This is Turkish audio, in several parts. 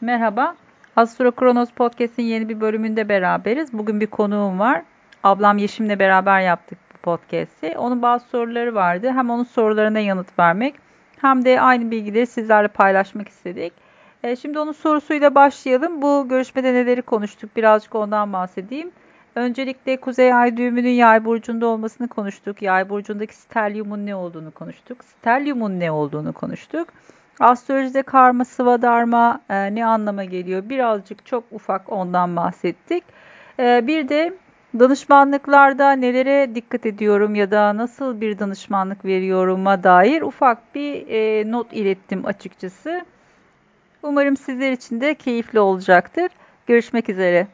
Merhaba. Astro Kronos Podcast'in yeni bir bölümünde beraberiz. Bugün bir konuğum var. Ablam Yeşim'le beraber yaptık bu podcast'i. Onun bazı soruları vardı. Hem onun sorularına yanıt vermek hem de aynı bilgileri sizlerle paylaşmak istedik. Şimdi onun sorusuyla başlayalım. Bu görüşmede neleri konuştuk? Birazcık ondan bahsedeyim. Öncelikle Kuzey Ay düğümünün Yay burcunda olmasını konuştuk. Yay burcundaki stelyumun ne olduğunu konuştuk. Stelyumun ne olduğunu konuştuk. Astrolojide karma, sıvadharma ne anlama geliyor? Birazcık çok ufak ondan bahsettik. Bir de danışmanlıklarda nelere dikkat ediyorum ya da nasıl bir danışmanlık veriyorum'a dair ufak bir not ilettim açıkçası. Umarım sizler için de keyifli olacaktır. Görüşmek üzere.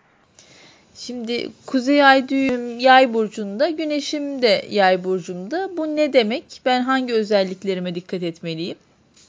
Şimdi Kuzey Ay düğüm Yay burcunda, Güneşim de Yay burcumda. Bu ne demek? Ben hangi özelliklerime dikkat etmeliyim?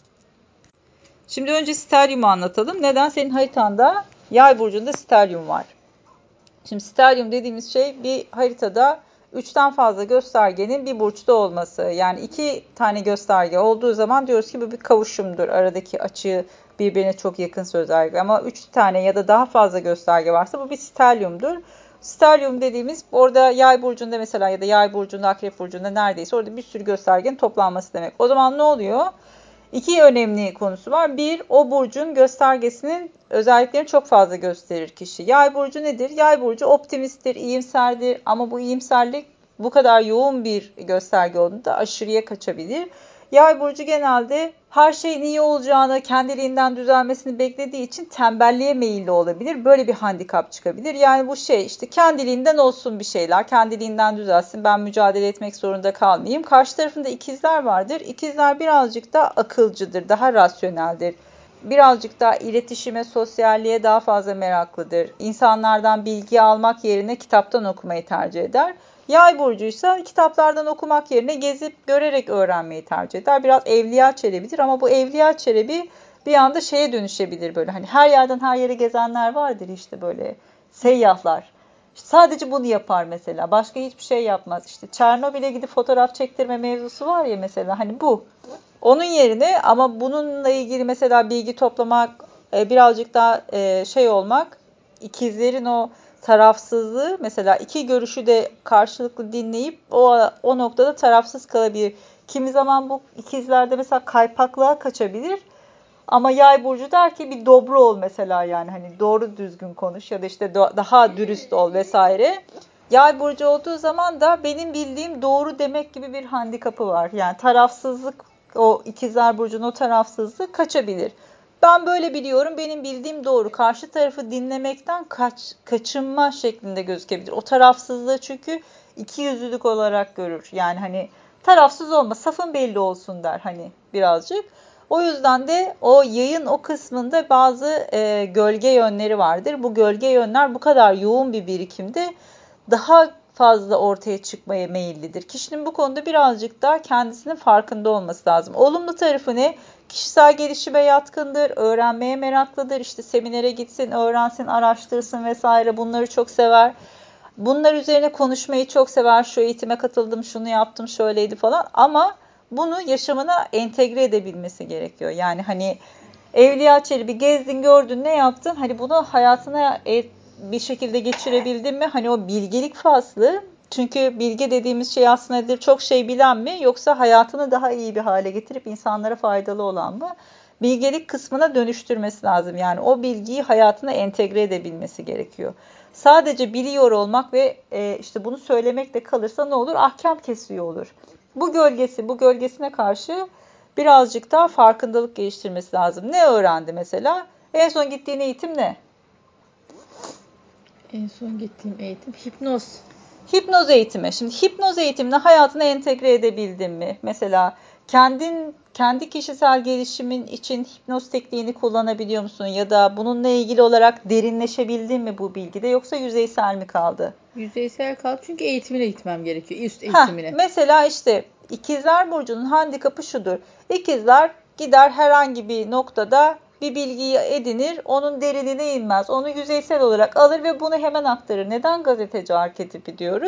Şimdi önce stelyumu anlatalım. Neden? Senin haritanda Yay burcunda stelyum var. Şimdi stelyum dediğimiz şey bir haritada 3'ten fazla göstergenin bir burçta olması. Yani 2 tane gösterge olduğu zaman diyoruz ki bu bir kavuşumdur. Aradaki açı birbirine çok yakın özellik. Ama 3 tane ya da daha fazla gösterge varsa bu bir stelyumdur. Stelyum dediğimiz orada Yay burcunda mesela ya da Yay burcunda, Akrep burcunda neredeyse orada bir sürü göstergenin toplanması demek. O zaman ne oluyor? İki önemli konusu var. Bir, o burcun göstergesinin özelliklerini çok fazla gösterir kişi. Yay burcu nedir? Yay burcu optimisttir, iyimserdir ama bu iyimserlik bu kadar yoğun bir gösterge olduğunda aşırıya kaçabilir. Yay burcu genelde her şeyin iyi olacağını, kendiliğinden düzelmesini beklediği için tembelliğe meyilli olabilir. Böyle bir handikap çıkabilir. Yani bu şey işte kendiliğinden olsun bir şeyler, kendiliğinden düzelsin, ben mücadele etmek zorunda kalmayayım. Karşı tarafında ikizler vardır. İkizler birazcık da akılcıdır, daha rasyoneldir. Birazcık daha iletişime, sosyalliğe daha fazla meraklıdır. İnsanlardan bilgi almak yerine kitaptan okumayı tercih eder. Yay burcuysa kitaplardan okumak yerine gezip görerek öğrenmeyi tercih eder. Biraz evliya çelebidir ama bu evliya çelebi bir anda şeye dönüşebilir böyle. Hani her yerden her yere gezenler vardır işte böyle seyyahlar. İşte sadece bunu yapar mesela. Başka hiçbir şey yapmaz. İşte Çernobil'e gidip fotoğraf çektirme mevzusu var ya mesela hani bu. Onun yerine ama bununla ilgili mesela bilgi toplamak, birazcık daha şey olmak, ikizlerin o tarafsızlığı mesela iki görüşü de karşılıklı dinleyip o noktada tarafsız kalabilir. Kimi zaman bu ikizlerde mesela kaypaklığa kaçabilir. Ama Yay burcu der ki bir dobro ol mesela yani hani doğru düzgün konuş ya da işte daha dürüst ol vesaire. Yay burcu olduğu zaman da benim bildiğim doğru demek gibi bir handikapı var. Yani tarafsızlık o ikizler burcunun o tarafsızlığı kaçabilir. Ben böyle biliyorum benim bildiğim doğru. Karşı tarafı dinlemekten kaçınma şeklinde gözükebilir. O tarafsızlığı çünkü ikiyüzlülük olarak görür. Yani hani tarafsız olma safın belli olsun der hani birazcık. O yüzden de o yayın o kısmında bazı gölge yönleri vardır. Bu gölge yönler bu kadar yoğun bir birikimde daha fazla ortaya çıkmaya meyillidir. Kişinin bu konuda birazcık daha kendisinin farkında olması lazım. Olumlu tarafı ne? Kişisel gelişime yatkındır, öğrenmeye meraklıdır. İşte seminere gitsin, öğrensin, araştırsın vesaire bunları çok sever. Bunlar üzerine konuşmayı çok sever. Şu eğitime katıldım, şunu yaptım, şöyleydi falan. Ama bunu yaşamına entegre edebilmesi gerekiyor. Yani hani Evliya Çelebi gezdin, gördün, ne yaptın? Hani bunu hayatına bir şekilde geçirebildin mi? Hani o bilgelik faslı. Çünkü bilge dediğimiz şey aslında nedir? Çok şey bilen mi? Yoksa hayatını daha iyi bir hale getirip insanlara faydalı olan mı? Bilgelik kısmına dönüştürmesi lazım. Yani o bilgiyi hayatına entegre edebilmesi gerekiyor. Sadece biliyor olmak ve işte bunu söylemekle kalırsa ne olur? Ahkam kesiyor olur. Bu gölgesine karşı birazcık daha farkındalık geliştirmesi lazım. Ne öğrendi mesela? En son gittiğin eğitim ne? En son gittiğim eğitim hipnoz. Hipnoz eğitimi. Şimdi hipnoz eğitimini hayatına entegre edebildin mi? Mesela kendi kişisel gelişimin için hipnoz tekniğini kullanabiliyor musun? Ya da bununla ilgili olarak derinleşebildin mi bu bilgide yoksa yüzeysel mi kaldı? Yüzeysel kaldı çünkü eğitimine gitmem gerekiyor. Üst eğitimine. Mesela işte İkizler Burcu'nun handikapı şudur. İkizler gider herhangi bir noktada bir bilgiyi edinir, onun derinine inmez. Onu yüzeysel olarak alır ve bunu hemen aktarır. Neden gazeteci arketipi diyoruz?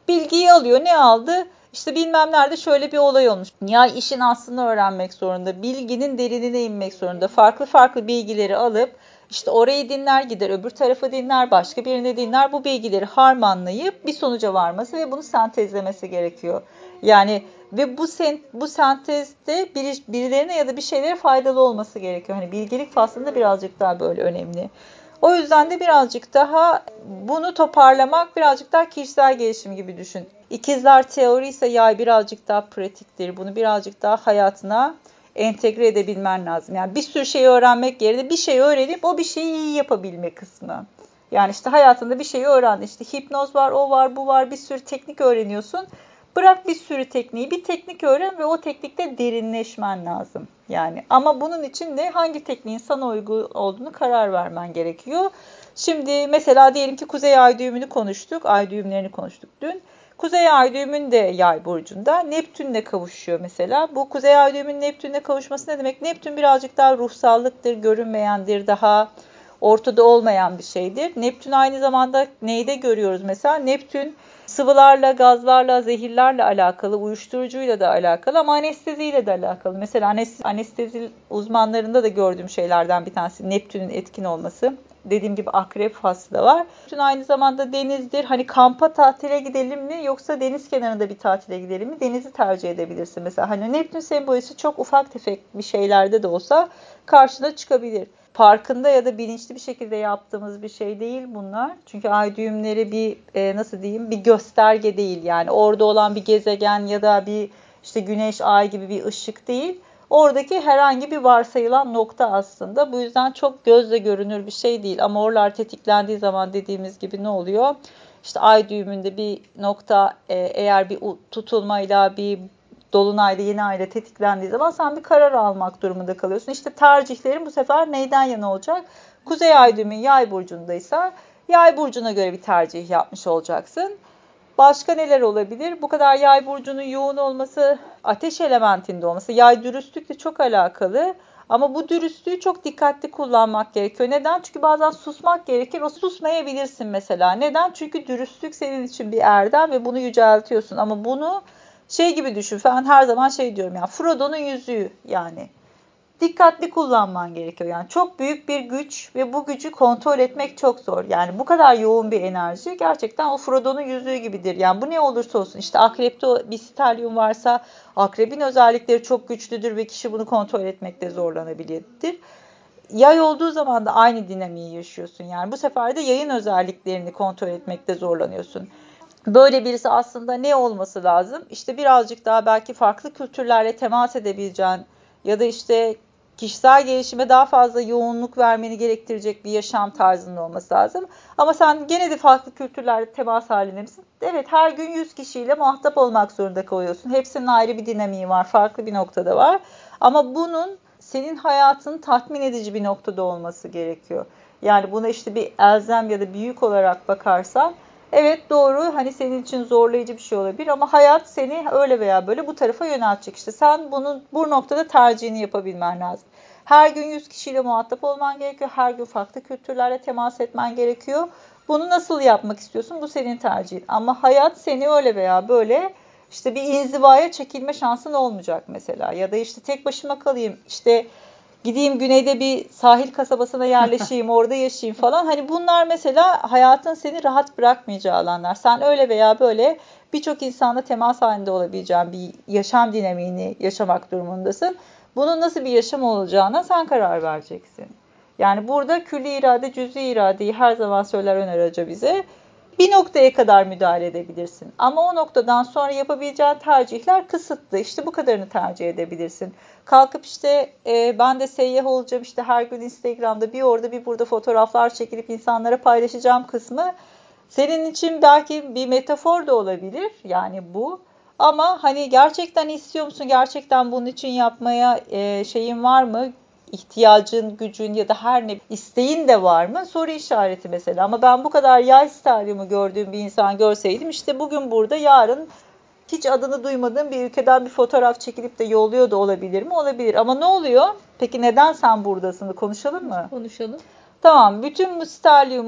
Bilgiyi alıyor. Ne aldı? İşte bilmem nerede şöyle bir olay olmuş. Yay işin aslını öğrenmek zorunda. Bilginin derinine inmek zorunda. Farklı farklı bilgileri alıp işte orayı dinler gider, öbür tarafı dinler, başka birini dinler. Bu bilgileri harmanlayıp bir sonuca varması ve bunu sentezlemesi gerekiyor. Yani ve bu sentezde birilerine ya da bir şeylere faydalı olması gerekiyor. Hani bilgelik faslında birazcık daha böyle önemli. O yüzden de birazcık daha bunu toparlamak birazcık daha kişisel gelişim gibi düşün. İkizler teori ise yay birazcık daha pratiktir. Bunu birazcık daha hayatına entegre edebilmen lazım. Yani bir sürü şey öğrenmek yerine bir şey öğrenip o bir şeyi iyi yapabilme kısmı. Yani işte hayatında bir şeyi öğrendin. İşte hipnoz var, o var, bu var, bir sürü teknik öğreniyorsun. Bırak bir sürü tekniği, bir teknik öğren ve o teknikte derinleşmen lazım. Yani ama bunun için de hangi tekniğin sana uygun olduğunu karar vermen gerekiyor. Şimdi mesela diyelim ki kuzey ay düğümünü konuştuk, ay düğümlerini konuştuk dün. Kuzey ay düğümün de yay burcunda Neptün'le kavuşuyor mesela. Bu kuzey ay düğümünün Neptün'le kavuşması ne demek? Neptün birazcık daha ruhsallıktır, görünmeyendir, daha ortada olmayan bir şeydir. Neptün aynı zamanda neyde görüyoruz mesela? Neptün sıvılarla, gazlarla, zehirlerle alakalı, uyuşturucuyla da alakalı ama anesteziyle de alakalı. Mesela anestezi uzmanlarında da gördüğüm şeylerden bir tanesi Neptün'ün etkin olması. Dediğim gibi akrep faslı da var. Neptün aynı zamanda denizdir. Hani kampa tatile gidelim mi yoksa deniz kenarında bir tatile gidelim mi? Denizi tercih edebilirsin. Mesela hani Neptün sembolü çok ufak tefek bir şeylerde de olsa karşına çıkabilir. Farkında ya da bilinçli bir şekilde yaptığımız bir şey değil bunlar. Çünkü ay düğümleri bir nasıl diyeyim bir gösterge değil. Yani orada olan bir gezegen ya da bir işte güneş, ay gibi bir ışık değil. Oradaki herhangi bir varsayılan nokta aslında. Bu yüzden çok gözle görünür bir şey değil. Ama oralar tetiklendiği zaman dediğimiz gibi ne oluyor? İşte ay düğümünde bir nokta eğer bir tutulmayla bir dolunayda yeni ayda tetiklendiği zaman sen bir karar almak durumunda kalıyorsun. İşte tercihlerin bu sefer neyden yana olacak? Kuzey ay düğümün yay burcundaysa yay burcuna göre bir tercih yapmış olacaksın. Başka neler olabilir? Bu kadar yay burcunun yoğun olması, ateş elementinde olması, yay dürüstlükle çok alakalı. Ama bu dürüstlüğü çok dikkatli kullanmak gerekiyor. Neden? Çünkü bazen susmak gerekir. O susmayabilirsin mesela. Neden? Çünkü dürüstlük senin için bir erdem ve bunu yüceltiyorsun. Ama bunu şey gibi düşün. Ben her zaman şey diyorum ya. Frodo'nun yüzüğü yani. Dikkatli kullanman gerekiyor. Yani çok büyük bir güç ve bu gücü kontrol etmek çok zor. Yani bu kadar yoğun bir enerji gerçekten o Frodo'nun yüzüğü gibidir. Yani bu ne olursa olsun işte akrepte bir stelyum varsa akrebin özellikleri çok güçlüdür ve kişi bunu kontrol etmekte zorlanabilir. Yay olduğu zaman da aynı dinamiği yaşıyorsun. Yani bu sefer de yayın özelliklerini kontrol etmekte zorlanıyorsun. Böyle birisi aslında ne olması lazım? İşte birazcık daha belki farklı kültürlerle temas edebileceğin ya da işte kişisel gelişime daha fazla yoğunluk vermeni gerektirecek bir yaşam tarzının olması lazım. Ama sen gene de farklı kültürlerle temas halinde misin? Evet, her gün 100 kişiyle muhatap olmak zorunda kalıyorsun. Hepsinin ayrı bir dinamiği var, farklı bir noktada var. Ama bunun senin hayatını tatmin edici bir noktada olması gerekiyor. Yani buna işte bir elzem ya da bir yük olarak bakarsan evet doğru hani senin için zorlayıcı bir şey olabilir ama hayat seni öyle veya böyle bu tarafa yöneltecek. İşte sen bunun bu noktada tercihini yapabilmen lazım. Her gün 100 kişiyle muhatap olman gerekiyor. Her gün farklı kültürlerle temas etmen gerekiyor. Bunu nasıl yapmak istiyorsun? Bu senin tercihin. Ama hayat seni öyle veya böyle işte bir inzivaya çekilme şansın olmayacak mesela. Ya da işte tek başıma kalayım. İşte gideyim güneyde bir sahil kasabasına yerleşeyim, orada yaşayayım falan. Hani bunlar mesela hayatın seni rahat bırakmayacağı alanlar. Sen öyle veya böyle birçok insanla temas halinde olabileceğin bir yaşam dinamiğini yaşamak durumundasın. Bunun nasıl bir yaşam olacağına sen karar vereceksin. Yani burada külli irade, cüz'i iradeyi her zaman söyler Öner Hoca bize. Bir noktaya kadar müdahale edebilirsin. Ama o noktadan sonra yapabileceğin tercihler kısıtlı. İşte bu kadarını tercih edebilirsin. Kalkıp işte ben de seyyah olacağım işte her gün Instagram'da bir orada bir burada fotoğraflar çekilip insanlara paylaşacağım kısmı senin için belki bir metafor da olabilir. Yani bu. Ama hani gerçekten istiyor musun? Gerçekten bunun için yapmaya şeyin var mı? İhtiyacın, gücün ya da her ne isteğin de var mı? Soru işareti mesela. Ama ben bu kadar yay stadyumu gördüğüm bir insan görseydim işte bugün burada yarın hiç adını duymadığım bir ülkeden bir fotoğraf çekilip de yolluyor da olabilir mi? Olabilir. Ama ne oluyor? Peki neden sen buradasın? Konuşalım mı? Konuşalım. Tamam. Bütün bu stadyumun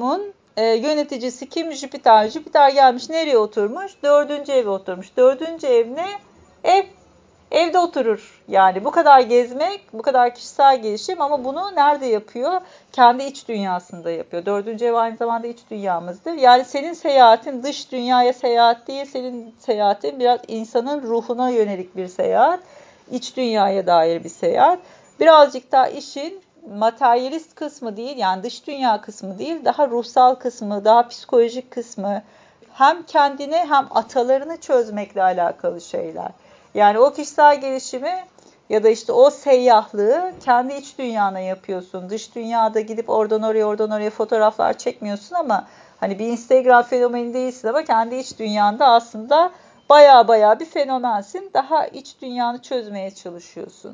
yöneticisi kim? Jüpiter. Jüpiter gelmiş nereye oturmuş? 4. eve oturmuş. 4. ev ne? Ev. Evde oturur. Yani bu kadar gezmek, bu kadar kişisel gelişim ama bunu nerede yapıyor? Kendi iç dünyasında yapıyor. 4. ev aynı zamanda iç dünyamızdır. Yani senin seyahatin dış dünyaya seyahat değil, senin seyahatin biraz insanın ruhuna yönelik bir seyahat. İç dünyaya dair bir seyahat. Birazcık daha işin materyalist kısmı değil, yani dış dünya kısmı değil, daha ruhsal kısmı, daha psikolojik kısmı, hem kendini hem atalarını çözmekle alakalı şeyler. Yani o kişisel gelişimi ya da işte o seyyahlığı kendi iç dünyana yapıyorsun. Dış dünyada gidip oradan oraya fotoğraflar çekmiyorsun ama hani bir Instagram fenomeni değilsin ama kendi iç dünyanda aslında baya bir fenomensin. Daha iç dünyanı çözmeye çalışıyorsun.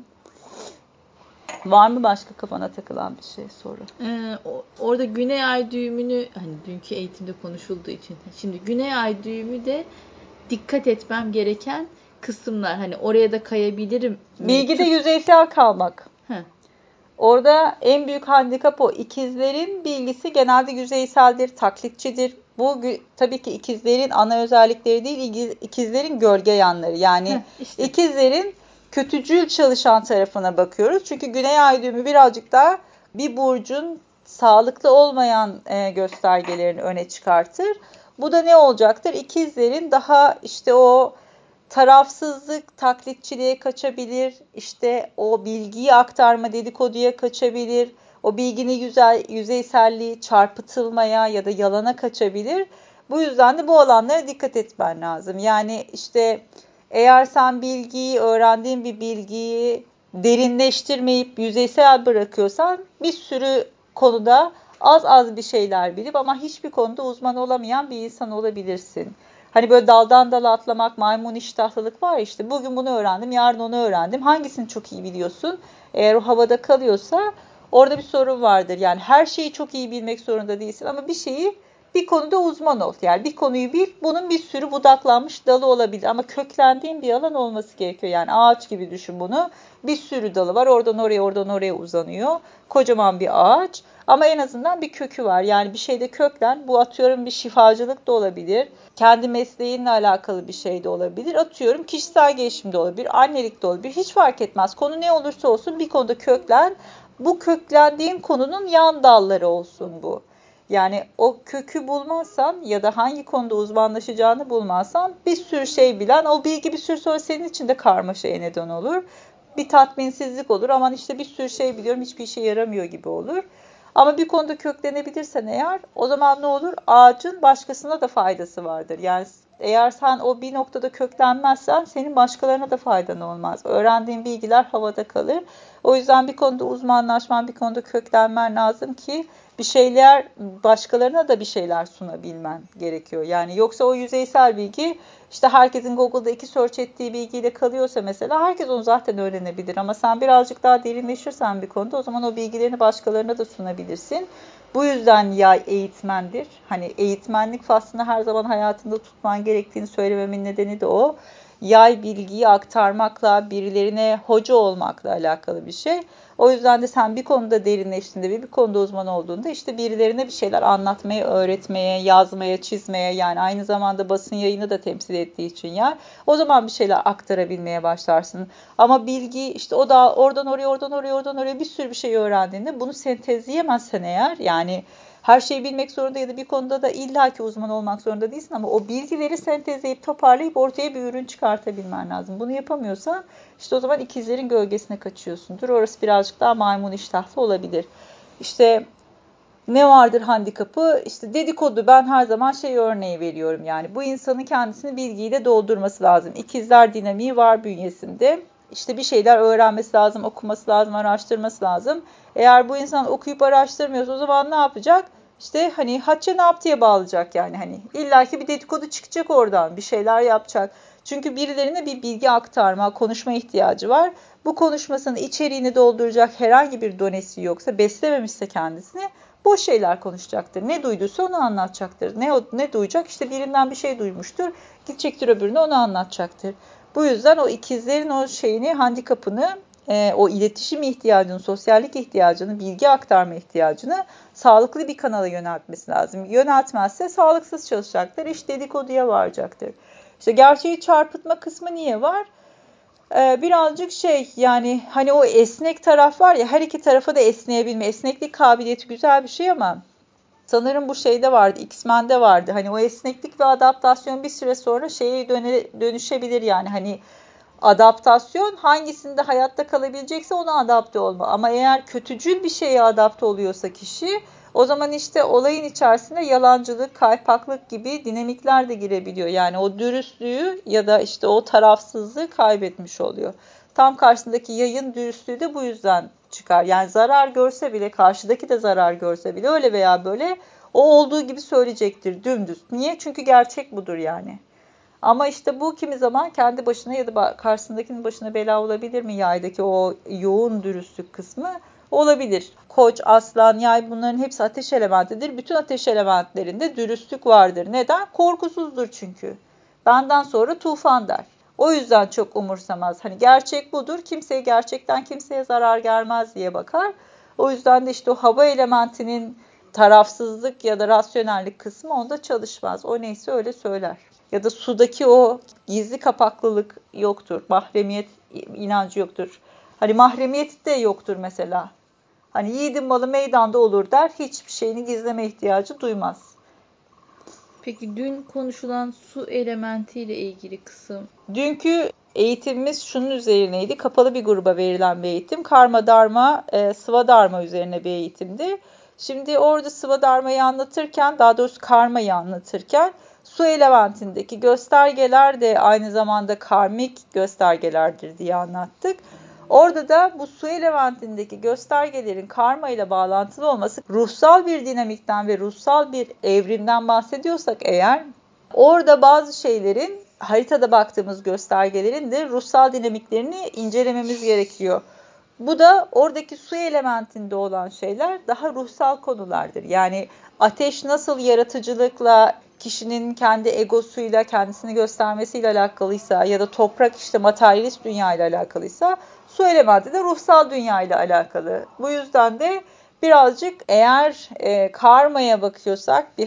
Var mı başka kafana takılan bir şey, soru? Orada Güney Ay düğümünü, hani dünkü eğitimde konuşulduğu için, şimdi Güney Ay düğümü de dikkat etmem gereken kısımlar. Hani oraya da kayabilirim. Bilgide yüzeysel kalmak. Heh. Orada en büyük handikap o. İkizlerin bilgisi genelde yüzeyseldir, taklitçidir. Bu tabii ki ikizlerin ana özellikleri değil, ikizlerin gölge yanları. Yani işte. İkizlerin kötücül çalışan tarafına bakıyoruz. Çünkü Güney Ay düğümü birazcık daha bir burcun sağlıklı olmayan göstergelerini öne çıkartır. Bu da ne olacaktır? İkizlerin daha işte o tarafsızlık, taklitçiliğe kaçabilir, işte o bilgiyi aktarma, dedikoduya kaçabilir, o bilginin yüzeyselliği çarpıtılmaya ya da yalana kaçabilir. Bu yüzden de bu alanlara dikkat etmen lazım. Yani işte eğer sen öğrendiğin bir bilgiyi derinleştirmeyip yüzeysel bırakıyorsan bir sürü konuda az bir şeyler bilip ama hiçbir konuda uzman olamayan bir insan olabilirsin. Hani böyle daldan dala atlamak, maymun iştahlılık var işte. Bugün bunu öğrendim, yarın onu öğrendim. Hangisini çok iyi biliyorsun? Eğer o havada kalıyorsa orada bir sorun vardır. Yani her şeyi çok iyi bilmek zorunda değilsin ama bir konuda uzman ol. Yani bir konuyu bil, bunun bir sürü budaklanmış dalı olabilir. Ama köklendiğin bir alan olması gerekiyor. Yani ağaç gibi düşün bunu. Bir sürü dalı var, oradan oraya uzanıyor. Kocaman bir ağaç. Ama en azından bir kökü var. Yani bir şeyde köklen. Bu atıyorum bir şifacılık da olabilir. Kendi mesleğinle alakalı bir şey de olabilir. Atıyorum kişisel gelişim de olabilir. Annelik de olabilir. Hiç fark etmez. Konu ne olursa olsun bir konuda köklen. Bu köklendiğin konunun yan dalları olsun bu. Yani o kökü bulmazsan ya da hangi konuda uzmanlaşacağını bulmazsan bir sürü şey bilen, o bilgi bir sürü sonra senin için de karmaşaya neden olur. Bir tatminsizlik olur. Aman işte bir sürü şey biliyorum, hiçbir işe yaramıyor gibi olur. Ama bir konuda köklenebilirsen eğer, o zaman ne olur? Ağacın başkasına da faydası vardır. Yani eğer sen o bir noktada köklenmezsen senin başkalarına da faydan olmaz. Öğrendiğin bilgiler havada kalır. O yüzden bir konuda uzmanlaşman, bir konuda köklenmen lazım ki bir şeyler, başkalarına da bir şeyler sunabilmen gerekiyor. Yani yoksa o yüzeysel bilgi, işte herkesin Google'da 2 search ettiği bilgiyle kalıyorsa mesela, herkes onu zaten öğrenebilir. Ama sen birazcık daha derinleşirsen bir konuda, o zaman o bilgilerini başkalarına da sunabilirsin. Bu yüzden yay eğitmendir. Hani eğitmenlik faslını her zaman hayatında tutman gerektiğini söylememin nedeni de o. Yay bilgiyi aktarmakla, birilerine hoca olmakla alakalı bir şey. O yüzden de sen bir konuda derinleştiğinde ve bir konuda uzman olduğunda işte birilerine bir şeyler anlatmaya, öğretmeye, yazmaya, çizmeye, yani aynı zamanda basın yayını da temsil ettiği için yay, o zaman bir şeyler aktarabilmeye başlarsın. Ama bilgi işte o da oradan oraya bir sürü bir şey öğrendiğinde bunu sentezleyemezsen eğer, yani her şeyi bilmek zorunda ya da bir konuda da illaki uzman olmak zorunda değilsin ama o bilgileri sentezleyip toparlayıp ortaya bir ürün çıkartabilmen lazım. Bunu yapamıyorsan işte o zaman ikizlerin gölgesine kaçıyorsundur. Orası birazcık daha maymun iştahlı olabilir. İşte ne vardır handikapı? İşte dedikodu, ben her zaman örneği veriyorum yani. Bu insanın kendisini bilgiyle doldurması lazım. İkizler dinamiği var bünyesinde. İşte bir şeyler öğrenmesi lazım, okuması lazım, araştırması lazım. Eğer bu insan okuyup araştırmıyorsa o zaman ne yapacak? İşte hani Hatice ne yaptıya bağlayacak yani, hani illaki bir dedikodu çıkacak oradan, bir şeyler yapacak. Çünkü birilerine bir bilgi aktarma, konuşma ihtiyacı var. Bu konuşmasının içeriğini dolduracak herhangi bir donesi yoksa, beslememişse kendisini, boş şeyler konuşacaktır. Ne duyduysa onu anlatacaktır. Ne duyacak? İşte birinden bir şey duymuştur. Gidecektir öbürüne onu anlatacaktır. Bu yüzden o ikizlerin o handikapını o iletişim ihtiyacını, sosyallik ihtiyacını, bilgi aktarma ihtiyacını sağlıklı bir kanala yöneltmesi lazım. Yöneltmezse sağlıksız çalışacaktır, iş dedikoduya varacaktır. İşte gerçeği çarpıtma kısmı niye var? Birazcık yani hani o esnek taraf var ya, her iki tarafa da esneyebilme. Esneklik kabiliyeti güzel bir şey ama sanırım bu şeyde vardı, X-Men'de vardı. Hani o esneklik ve adaptasyon bir süre sonra dönüşebilir yani. Hani adaptasyon hangisinde hayatta kalabilecekse ona adapte olma. Ama eğer kötücül bir şeye adapte oluyorsa kişi, o zaman işte olayın içerisinde yalancılık, kaypaklık gibi dinamikler de girebiliyor. Yani o dürüstlüğü ya da işte o tarafsızlığı kaybetmiş oluyor. Tam karşısındaki yayın dürüstlüğü de bu yüzden çıkar. Yani zarar görse bile, karşıdaki de zarar görse bile öyle veya böyle o olduğu gibi söyleyecektir dümdüz. Niye? Çünkü gerçek budur yani. Ama işte bu kimi zaman kendi başına ya da karşısındakinin başına bela olabilir mi, yaydaki o yoğun dürüstlük kısmı? Olabilir. Koç, aslan, yay, bunların hepsi ateş elementidir. Bütün ateş elementlerinde dürüstlük vardır. Neden? Korkusuzdur çünkü. Benden sonra tufan der. O yüzden çok umursamaz. Hani gerçek budur. Gerçekten kimseye zarar gelmez diye bakar. O yüzden de işte o hava elementinin tarafsızlık ya da rasyonellik kısmı onda çalışmaz. O neyse öyle söyler. Ya da sudaki o gizli kapaklılık yoktur. Mahremiyet inancı yoktur. Hani mahremiyet de yoktur mesela. Hani yiğidin malı meydanda olur der. Hiçbir şeyini gizleme ihtiyacı duymaz. Peki dün konuşulan su elementiyle ilgili kısım. Dünkü eğitimimiz şunun üzerineydi. Kapalı bir gruba verilen bir eğitim. Karma Dharma, Sıva Dharma üzerine bir eğitimdi. Şimdi orada Sıva Dharma'yı anlatırken, daha doğrusu karmayı anlatırken, su elementindeki göstergeler de aynı zamanda karmik göstergelerdir diye anlattık. Orada da bu su elementindeki göstergelerin karma ile bağlantılı olması, ruhsal bir dinamikten ve ruhsal bir evrimden bahsediyorsak eğer, orada bazı şeylerin, haritada baktığımız göstergelerin de ruhsal dinamiklerini incelememiz gerekiyor. Bu da oradaki su elementinde olan şeyler daha ruhsal konulardır. Yani ateş nasıl yaratıcılıkla, kişinin kendi egosuyla, kendisini göstermesiyle alakalıysa ya da toprak işte materyalist dünya ile alakalıysa, su elementi de ruhsal dünya ile alakalı. Bu yüzden de birazcık eğer karmaya bakıyorsak,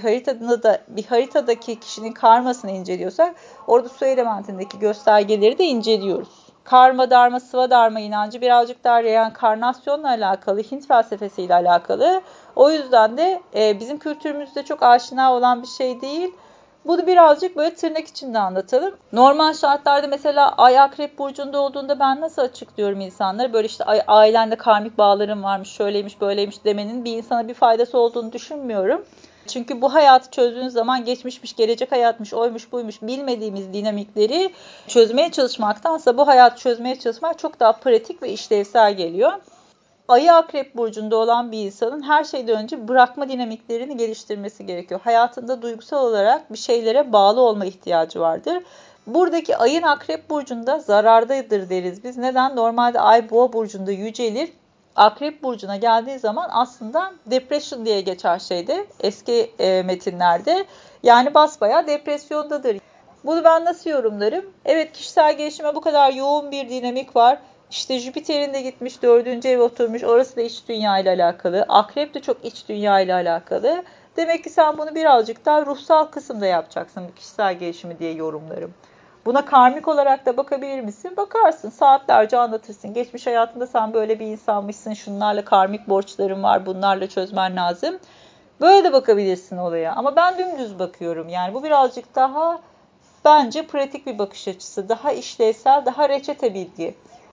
bir haritadaki kişinin karmasını inceliyorsak, orada su elementindeki göstergeleri de inceliyoruz. Karma Dharma, Sıva Dharma inancı birazcık daha reenkarnasyonla alakalı, Hint felsefesiyle alakalı. O yüzden de bizim kültürümüzde çok aşina olan bir şey değil. Bunu birazcık böyle tırnak içinde anlatalım. Normal şartlarda mesela Ay Akrep Burcu'nda olduğunda ben nasıl açıklıyorum insanlara? Böyle işte ailende karmik bağlarım varmış, şöyleymiş, böyleymiş demenin bir insana bir faydası olduğunu düşünmüyorum. Çünkü bu hayatı çözdüğünüz zaman geçmişmiş, gelecek hayatmış, oymuş, buymuş bilmediğimiz dinamikleri çözmeye çalışmaktansa bu hayatı çözmeye çalışmak çok daha pratik ve işlevsel geliyor. Ayı Akrep Burcu'nda olan bir insanın her şeyden önce bırakma dinamiklerini geliştirmesi gerekiyor. Hayatında duygusal olarak bir şeylere bağlı olma ihtiyacı vardır. Buradaki ayın Akrep Burcu'nda zarardadır deriz biz. Neden? Normalde Ay Boğa Burcu'nda yücelir. Akrep Burcu'na geldiği zaman aslında depression diye geçer şeyde, eski metinlerde. Yani basbayağı depresyondadır. Bunu ben nasıl yorumlarım? Evet, kişisel gelişime bu kadar yoğun bir dinamik var. İşte Jüpiter'in de gitmiş 4. eve oturmuş. Orası da iç dünya ile alakalı. Akrep de çok iç dünya ile alakalı. Demek ki sen bunu birazcık daha ruhsal kısımda yapacaksın bu kişisel gelişimi diye yorumlarım. Buna karmik olarak da bakabilir misin? Bakarsın. Saatlerce anlatırsın. Geçmiş hayatında sen böyle bir insanmışsın. Şunlarla karmik borçların var. Bunlarla çözmen lazım. Böyle de bakabilirsin olaya. Ama ben dümdüz bakıyorum. Yani bu birazcık daha bence pratik bir bakış açısı. Daha işlevsel, daha reçete bilgi.